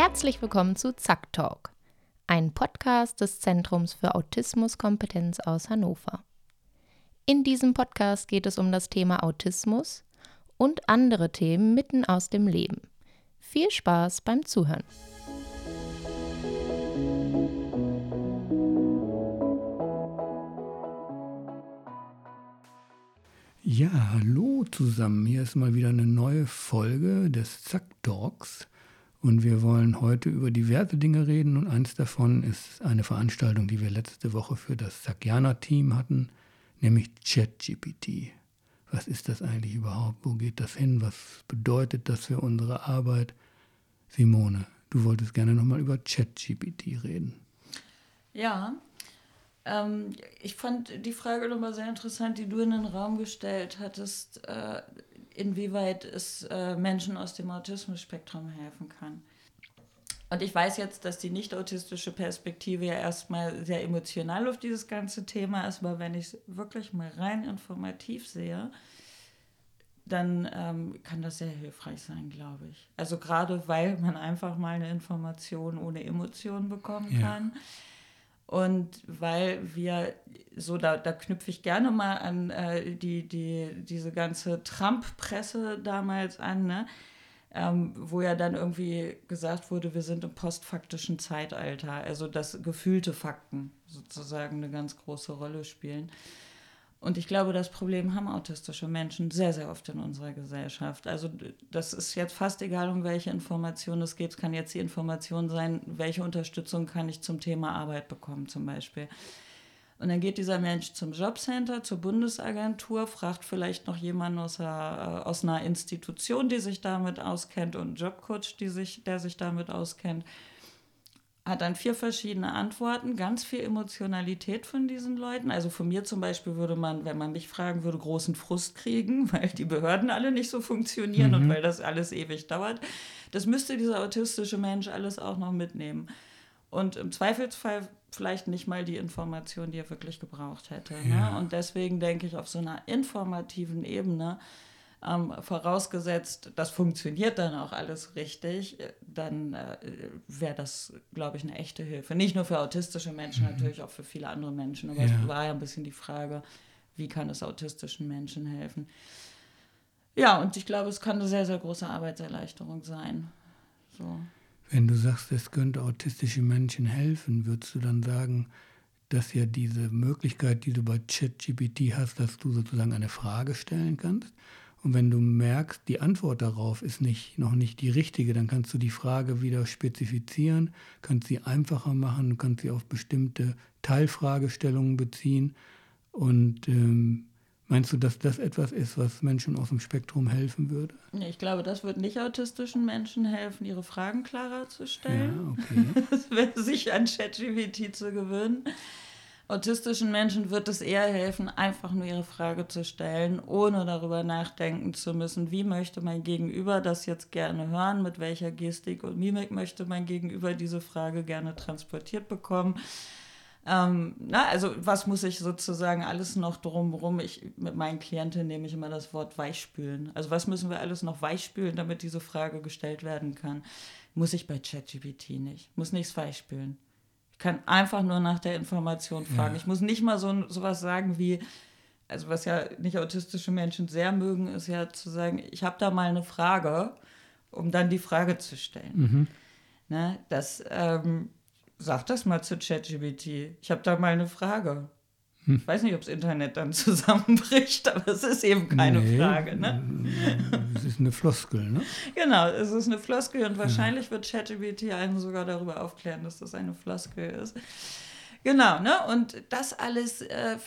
Herzlich willkommen zu Zack Talk, ein Podcast des Zentrums für Autismuskompetenz aus Hannover. In diesem Podcast geht es um das Thema Autismus und andere Themen mitten aus dem Leben. Viel Spaß beim Zuhören. Ja, hallo zusammen. Hier ist mal wieder eine neue Folge des Zack Talks. Und wir wollen heute über diverse Dinge reden. Und eins davon ist eine Veranstaltung, die wir letzte Woche für das Zackiana-Team hatten, nämlich ChatGPT. Was ist das eigentlich überhaupt? Wo geht das hin? Was bedeutet das für unsere Arbeit? Simone, du wolltest gerne nochmal über ChatGPT reden. Ja, ich fand die Frage nochmal sehr interessant, die du in den Raum gestellt hattest, inwieweit es Menschen aus dem Autismus-Spektrum helfen kann. Und ich weiß jetzt, dass die nicht-autistische Perspektive ja erstmal sehr emotional auf dieses ganze Thema ist, aber wenn ich es wirklich mal rein informativ sehe, dann kann das sehr hilfreich sein, glaube ich. Also gerade, weil man einfach mal eine Information ohne Emotion bekommen kann. Und weil wir, so da knüpfe ich gerne mal an diese ganze Trump-Presse damals an, ne? Wo ja dann irgendwie gesagt wurde, wir sind im postfaktischen Zeitalter. Also dass gefühlte Fakten sozusagen eine ganz große Rolle spielen. Und ich glaube, das Problem haben autistische Menschen sehr, sehr oft in unserer Gesellschaft. Also das ist jetzt fast egal, um welche Information es geht. Es kann jetzt die Information sein, welche Unterstützung kann ich zum Thema Arbeit bekommen zum Beispiel. Und dann geht dieser Mensch zum Jobcenter, zur Bundesagentur, fragt vielleicht noch jemanden aus einer Institution, die sich damit auskennt, und einen Jobcoach, der sich damit auskennt. Hat dann 4 verschiedene Antworten, ganz viel Emotionalität von diesen Leuten. Also von mir zum Beispiel würde man, wenn man mich fragen würde, großen Frust kriegen, weil die Behörden alle nicht so funktionieren und weil das alles ewig dauert. Das müsste dieser autistische Mensch alles auch noch mitnehmen. Und im Zweifelsfall vielleicht nicht mal die Information, die er wirklich gebraucht hätte. Ja. Ne? Und deswegen denke ich, auf so einer informativen Ebene, vorausgesetzt, das funktioniert dann auch alles richtig, dann wäre das, glaube ich, eine echte Hilfe. Nicht nur für autistische Menschen, natürlich auch für viele andere Menschen. Aber es war ja ein bisschen die Frage, wie kann es autistischen Menschen helfen? Ja, und ich glaube, es kann eine sehr, sehr große Arbeitserleichterung sein. So. Wenn du sagst, es könnte autistische Menschen helfen, würdest du dann sagen, dass ja diese Möglichkeit, die du bei ChatGPT hast, dass du sozusagen eine Frage stellen kannst? Und wenn du merkst, die Antwort darauf ist noch nicht die richtige, dann kannst du die Frage wieder spezifizieren, kannst sie einfacher machen, kannst sie auf bestimmte Teilfragestellungen beziehen. Und meinst du, dass das etwas ist, was Menschen aus dem Spektrum helfen würde? Ich glaube, das wird nicht autistischen Menschen helfen, ihre Fragen klarer zu stellen. Ja, okay. Das wäre sich an ChatGPT zu gewöhnen. Autistischen Menschen wird es eher helfen, einfach nur ihre Frage zu stellen, ohne darüber nachdenken zu müssen, wie möchte mein Gegenüber das jetzt gerne hören, mit welcher Gestik und Mimik möchte mein Gegenüber diese Frage gerne transportiert bekommen. Also was muss ich sozusagen alles noch drumherum, mit meinen Klienten nehme ich immer das Wort weichspülen. Also was müssen wir alles noch weichspülen, damit diese Frage gestellt werden kann? Muss ich bei ChatGPT nicht. Muss nichts weichspülen. Ich kann einfach nur nach der Information fragen. Ich muss nicht mal sowas sagen wie, also was ja nicht autistische Menschen sehr mögen, ist ja zu sagen, ich habe da mal eine Frage, um dann die Frage zu stellen. Ne? Sag das mal zu ChatGPT. Ich habe da mal eine Frage. Ich weiß nicht, ob das Internet dann zusammenbricht, aber es ist eben keine Frage. Ne? Es ist eine Floskel, ne? Genau, es ist eine Floskel und wahrscheinlich wird ChatGPT einen sogar darüber aufklären, dass das eine Floskel ist. Genau, ne? Und das alles,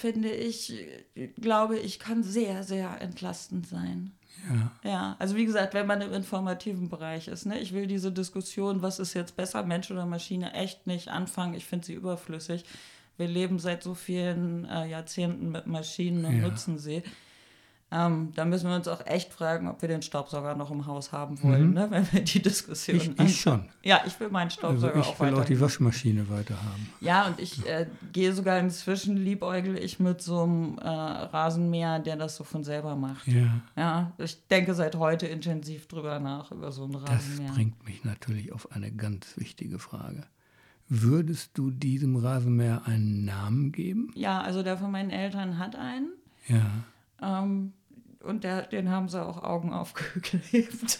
glaube ich, kann sehr, sehr entlastend sein. Ja, also wie gesagt, wenn man im informativen Bereich ist, ne? Ich will diese Diskussion, was ist jetzt besser, Mensch oder Maschine, echt nicht anfangen. Ich finde sie überflüssig. Wir leben seit so vielen Jahrzehnten mit Maschinen und nutzen sie. Da müssen wir uns auch echt fragen, ob wir den Staubsauger noch im Haus haben wollen, ne? Wenn wir die Diskussion Ich schon. Ja, ich will meinen Staubsauger Also auch ich will weiter. auch die Waschmaschine weiter haben. Ja, und ich gehe sogar inzwischen, liebäugle ich mit so einem Rasenmäher, der das so von selber macht. Ja, ich denke seit heute intensiv drüber nach, über so einen Rasenmäher. Das bringt mich natürlich auf eine ganz wichtige Frage. Würdest du diesem Rasenmäher einen Namen geben? Ja, also der von meinen Eltern hat einen. Ja. Und den haben sie auch Augen aufgeklebt.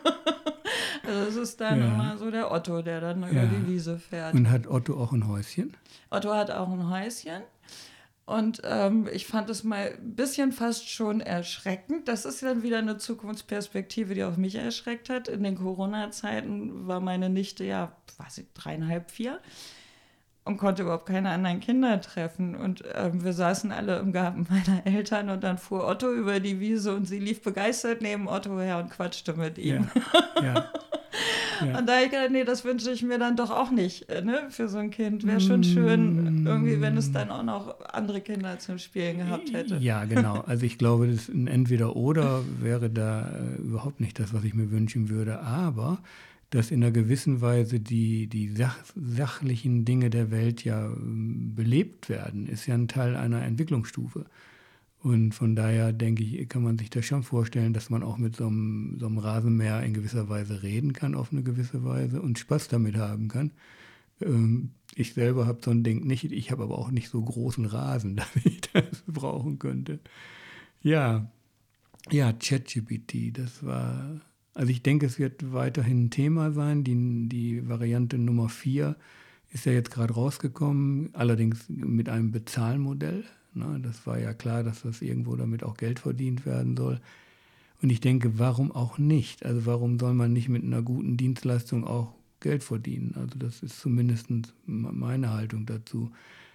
Also es ist dann immer so der Otto, der dann über die Wiese fährt. Und hat Otto auch ein Häuschen? Otto hat auch ein Häuschen. Und ich fand es mal ein bisschen fast schon erschreckend. Das ist dann wieder eine Zukunftsperspektive, die auch mich erschreckt hat. In den Corona-Zeiten war meine Nichte 3,5, 4 und konnte überhaupt keine anderen Kinder treffen. Und wir saßen alle im Garten meiner Eltern und dann fuhr Otto über die Wiese und sie lief begeistert neben Otto her und quatschte mit ihm. Ja. Und da habe ich gedacht, nee, das wünsche ich mir dann doch auch nicht, ne, für so ein Kind. Wäre schon schön, irgendwie, wenn es dann auch noch andere Kinder zum Spielen gehabt hätte. Ja, genau. Also ich glaube, das ein Entweder-Oder wäre da überhaupt nicht das, was ich mir wünschen würde. Aber dass in einer gewissen Weise die sachlichen Dinge der Welt ja belebt werden, ist ja ein Teil einer Entwicklungsstufe. Und von daher, denke ich, kann man sich das schon vorstellen, dass man auch mit so einem Rasenmäher in gewisser Weise reden kann, auf eine gewisse Weise und Spaß damit haben kann. Ich selber habe so ein Ding nicht, ich habe aber auch nicht so großen Rasen, dass ich das brauchen könnte. Ja, ChatGPT, das war, also ich denke, es wird weiterhin ein Thema sein. Die Variante Nummer 4 ist ja jetzt gerade rausgekommen, allerdings mit einem Bezahlmodell. Das war ja klar, dass das irgendwo damit auch Geld verdient werden soll. Und ich denke, warum auch nicht? Also warum soll man nicht mit einer guten Dienstleistung auch Geld verdienen? Also das ist zumindest meine Haltung dazu.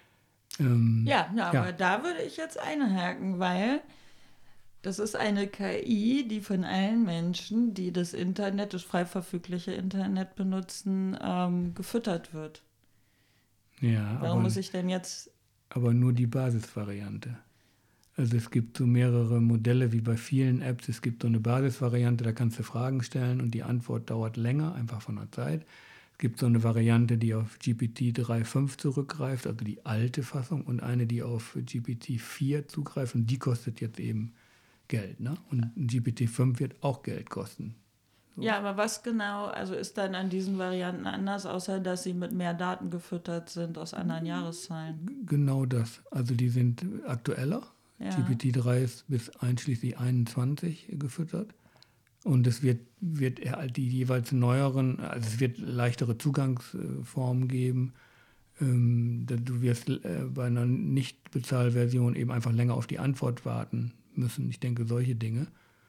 Aber da würde ich jetzt einhaken, weil das ist eine KI, die von allen Menschen, die das Internet, das frei verfügliche Internet benutzen, gefüttert wird. Ja, warum muss ich denn jetzt... Aber nur die Basisvariante. Also es gibt so mehrere Modelle wie bei vielen Apps. Es gibt so eine Basisvariante, da kannst du Fragen stellen und die Antwort dauert länger, einfach von der Zeit. Es gibt so eine Variante, die auf GPT 3.5 zurückgreift, also die alte Fassung, und eine, die auf GPT 4 zugreift und die kostet jetzt eben Geld. Ne? Und GPT 5 wird auch Geld kosten. So. Ja, aber was genau, also ist dann an diesen Varianten anders, außer dass sie mit mehr Daten gefüttert sind aus anderen Jahreszahlen? Genau das. Also die sind aktueller. Ja. GPT-3 ist bis einschließlich 21 gefüttert. Und es wird die jeweils neueren, also es wird leichtere Zugangsformen geben. Du wirst bei einer Nicht-Bezahlversion eben einfach länger auf die Antwort warten müssen. Ich denke, solche Dinge.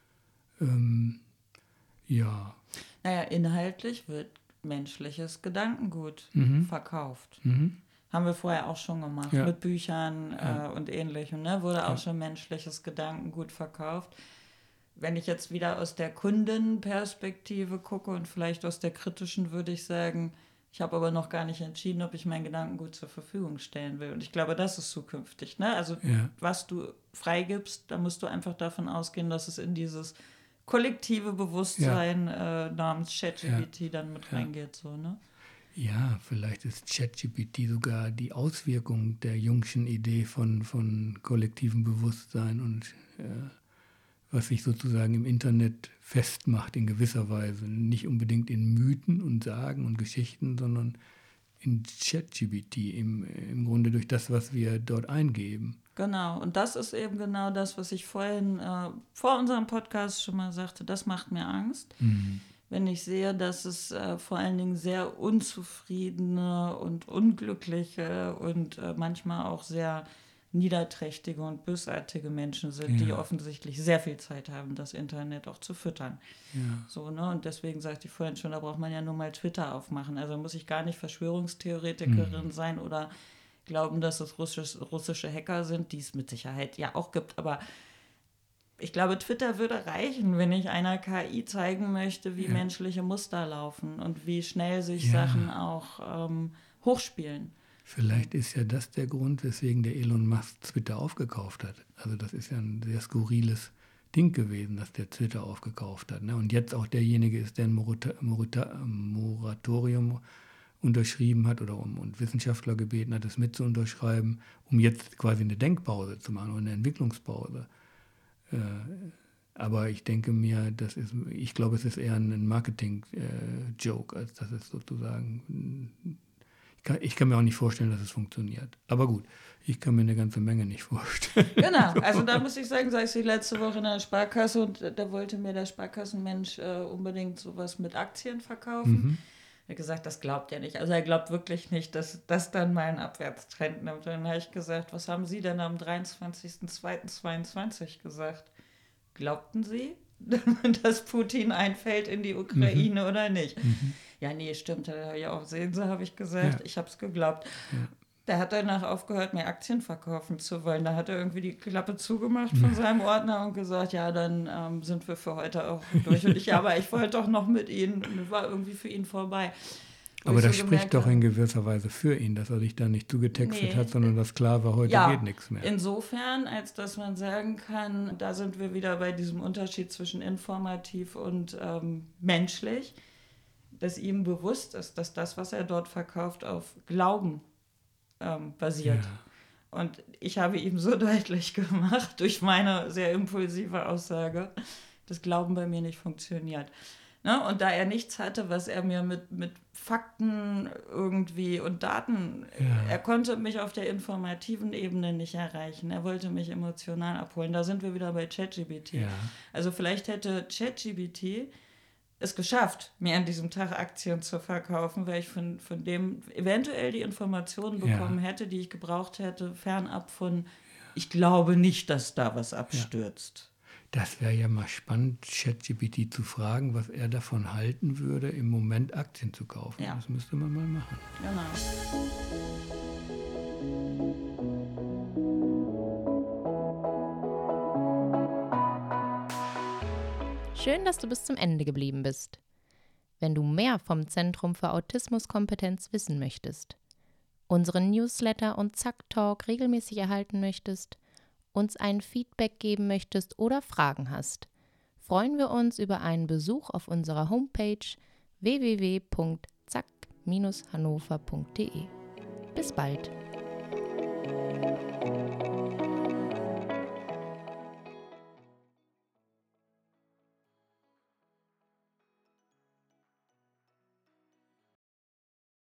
Ja. Naja, inhaltlich wird menschliches Gedankengut verkauft. Haben wir vorher auch schon gemacht, mit Büchern und Ähnlichem. Ne? Wurde auch schon menschliches Gedankengut verkauft. Wenn ich jetzt wieder aus der Kundenperspektive gucke und vielleicht aus der kritischen, würde ich sagen, ich habe aber noch gar nicht entschieden, ob ich mein Gedankengut zur Verfügung stellen will. Und ich glaube, das ist zukünftig. Ne? Also was du freigibst, da musst du einfach davon ausgehen, dass es in dieses kollektive Bewusstsein namens ChatGPT dann mit reingeht. So, ne? Ja, vielleicht ist ChatGPT sogar die Auswirkung der Jungschen Idee von kollektivem Bewusstsein und was sich sozusagen im Internet festmacht in gewisser Weise. Nicht unbedingt in Mythen und Sagen und Geschichten, sondern in ChatGPT, im Grunde durch das, was wir dort eingeben. Genau, und das ist eben genau das, was ich vorhin vor unserem Podcast schon mal sagte, das macht mir Angst, wenn ich sehe, dass es vor allen Dingen sehr unzufriedene und unglückliche und manchmal auch sehr niederträchtige und bösartige Menschen sind, die offensichtlich sehr viel Zeit haben, das Internet auch zu füttern. Ja. So, ne? Und deswegen sagte ich vorhin schon, da braucht man ja nur mal Twitter aufmachen. Also muss ich gar nicht Verschwörungstheoretikerin sein oder glauben, dass es russische Hacker sind, die es mit Sicherheit ja auch gibt. Aber ich glaube, Twitter würde reichen, wenn ich einer KI zeigen möchte, wie menschliche Muster laufen und wie schnell sich Sachen auch hochspielen. Vielleicht ist ja das der Grund, weswegen der Elon Musk Twitter aufgekauft hat. Also das ist ja ein sehr skurriles Ding gewesen, dass der Twitter aufgekauft hat. Ne? Und jetzt auch derjenige ist, der ein Moratorium unterschrieben hat oder und Wissenschaftler gebeten hat, es mit zu unterschreiben, um jetzt quasi eine Denkpause zu machen oder eine Entwicklungspause. Aber ich denke mir, ich glaube, es ist eher ein Marketing-Joke, als dass es sozusagen, ich kann mir auch nicht vorstellen, dass es funktioniert. Aber gut, ich kann mir eine ganze Menge nicht vorstellen. Genau, also da muss ich sagen, saß ich letzte Woche in der Sparkasse und da wollte mir der Sparkassenmensch unbedingt sowas mit Aktien verkaufen. Er hat gesagt, das glaubt er nicht. Also er glaubt wirklich nicht, dass das dann mal einen Abwärtstrend nimmt. Und dann habe ich gesagt, was haben Sie denn am 23.02.22 gesagt? Glaubten Sie, dass Putin einfällt in die Ukraine oder nicht? Ja, nee, stimmt. Ja, auch sehen Sie, habe ich gesagt. Ja. Ich habe es geglaubt. Ja. Der hat danach aufgehört, mir Aktien verkaufen zu wollen. Da hat er irgendwie die Klappe zugemacht von seinem Ordner und gesagt, ja, dann sind wir für heute auch durch. Und aber ich wollte doch noch mit Ihnen. Und war irgendwie für ihn vorbei. Aber das spricht doch in gewisser Weise für ihn, dass er sich da nicht zugetextet hat, sondern dass klar war, heute geht nichts mehr. Insofern, als dass man sagen kann, da sind wir wieder bei diesem Unterschied zwischen informativ und menschlich, dass ihm bewusst ist, dass das, was er dort verkauft, auf Glauben basiert. Ja. Und ich habe ihm so deutlich gemacht, durch meine sehr impulsive Aussage, dass Glauben bei mir nicht funktioniert. Ne? Und da er nichts hatte, was er mir mit Fakten irgendwie und Daten, er konnte mich auf der informativen Ebene nicht erreichen. Er wollte mich emotional abholen. Da sind wir wieder bei ChatGPT. Ja. Also vielleicht hätte ChatGPT es geschafft, mir an diesem Tag Aktien zu verkaufen, weil ich von dem eventuell die Informationen bekommen hätte, die ich gebraucht hätte, fernab von, ich glaube nicht, dass da was abstürzt. Das wäre ja mal spannend, ChatGPT zu fragen, was er davon halten würde, im Moment Aktien zu kaufen. Ja. Das müsste man mal machen. Genau. Schön, dass du bis zum Ende geblieben bist. Wenn du mehr vom Zentrum für Autismuskompetenz wissen möchtest, unseren Newsletter und Zack-Talk regelmäßig erhalten möchtest, uns ein Feedback geben möchtest oder Fragen hast, freuen wir uns über einen Besuch auf unserer Homepage www.zack-hannover.de. Bis bald!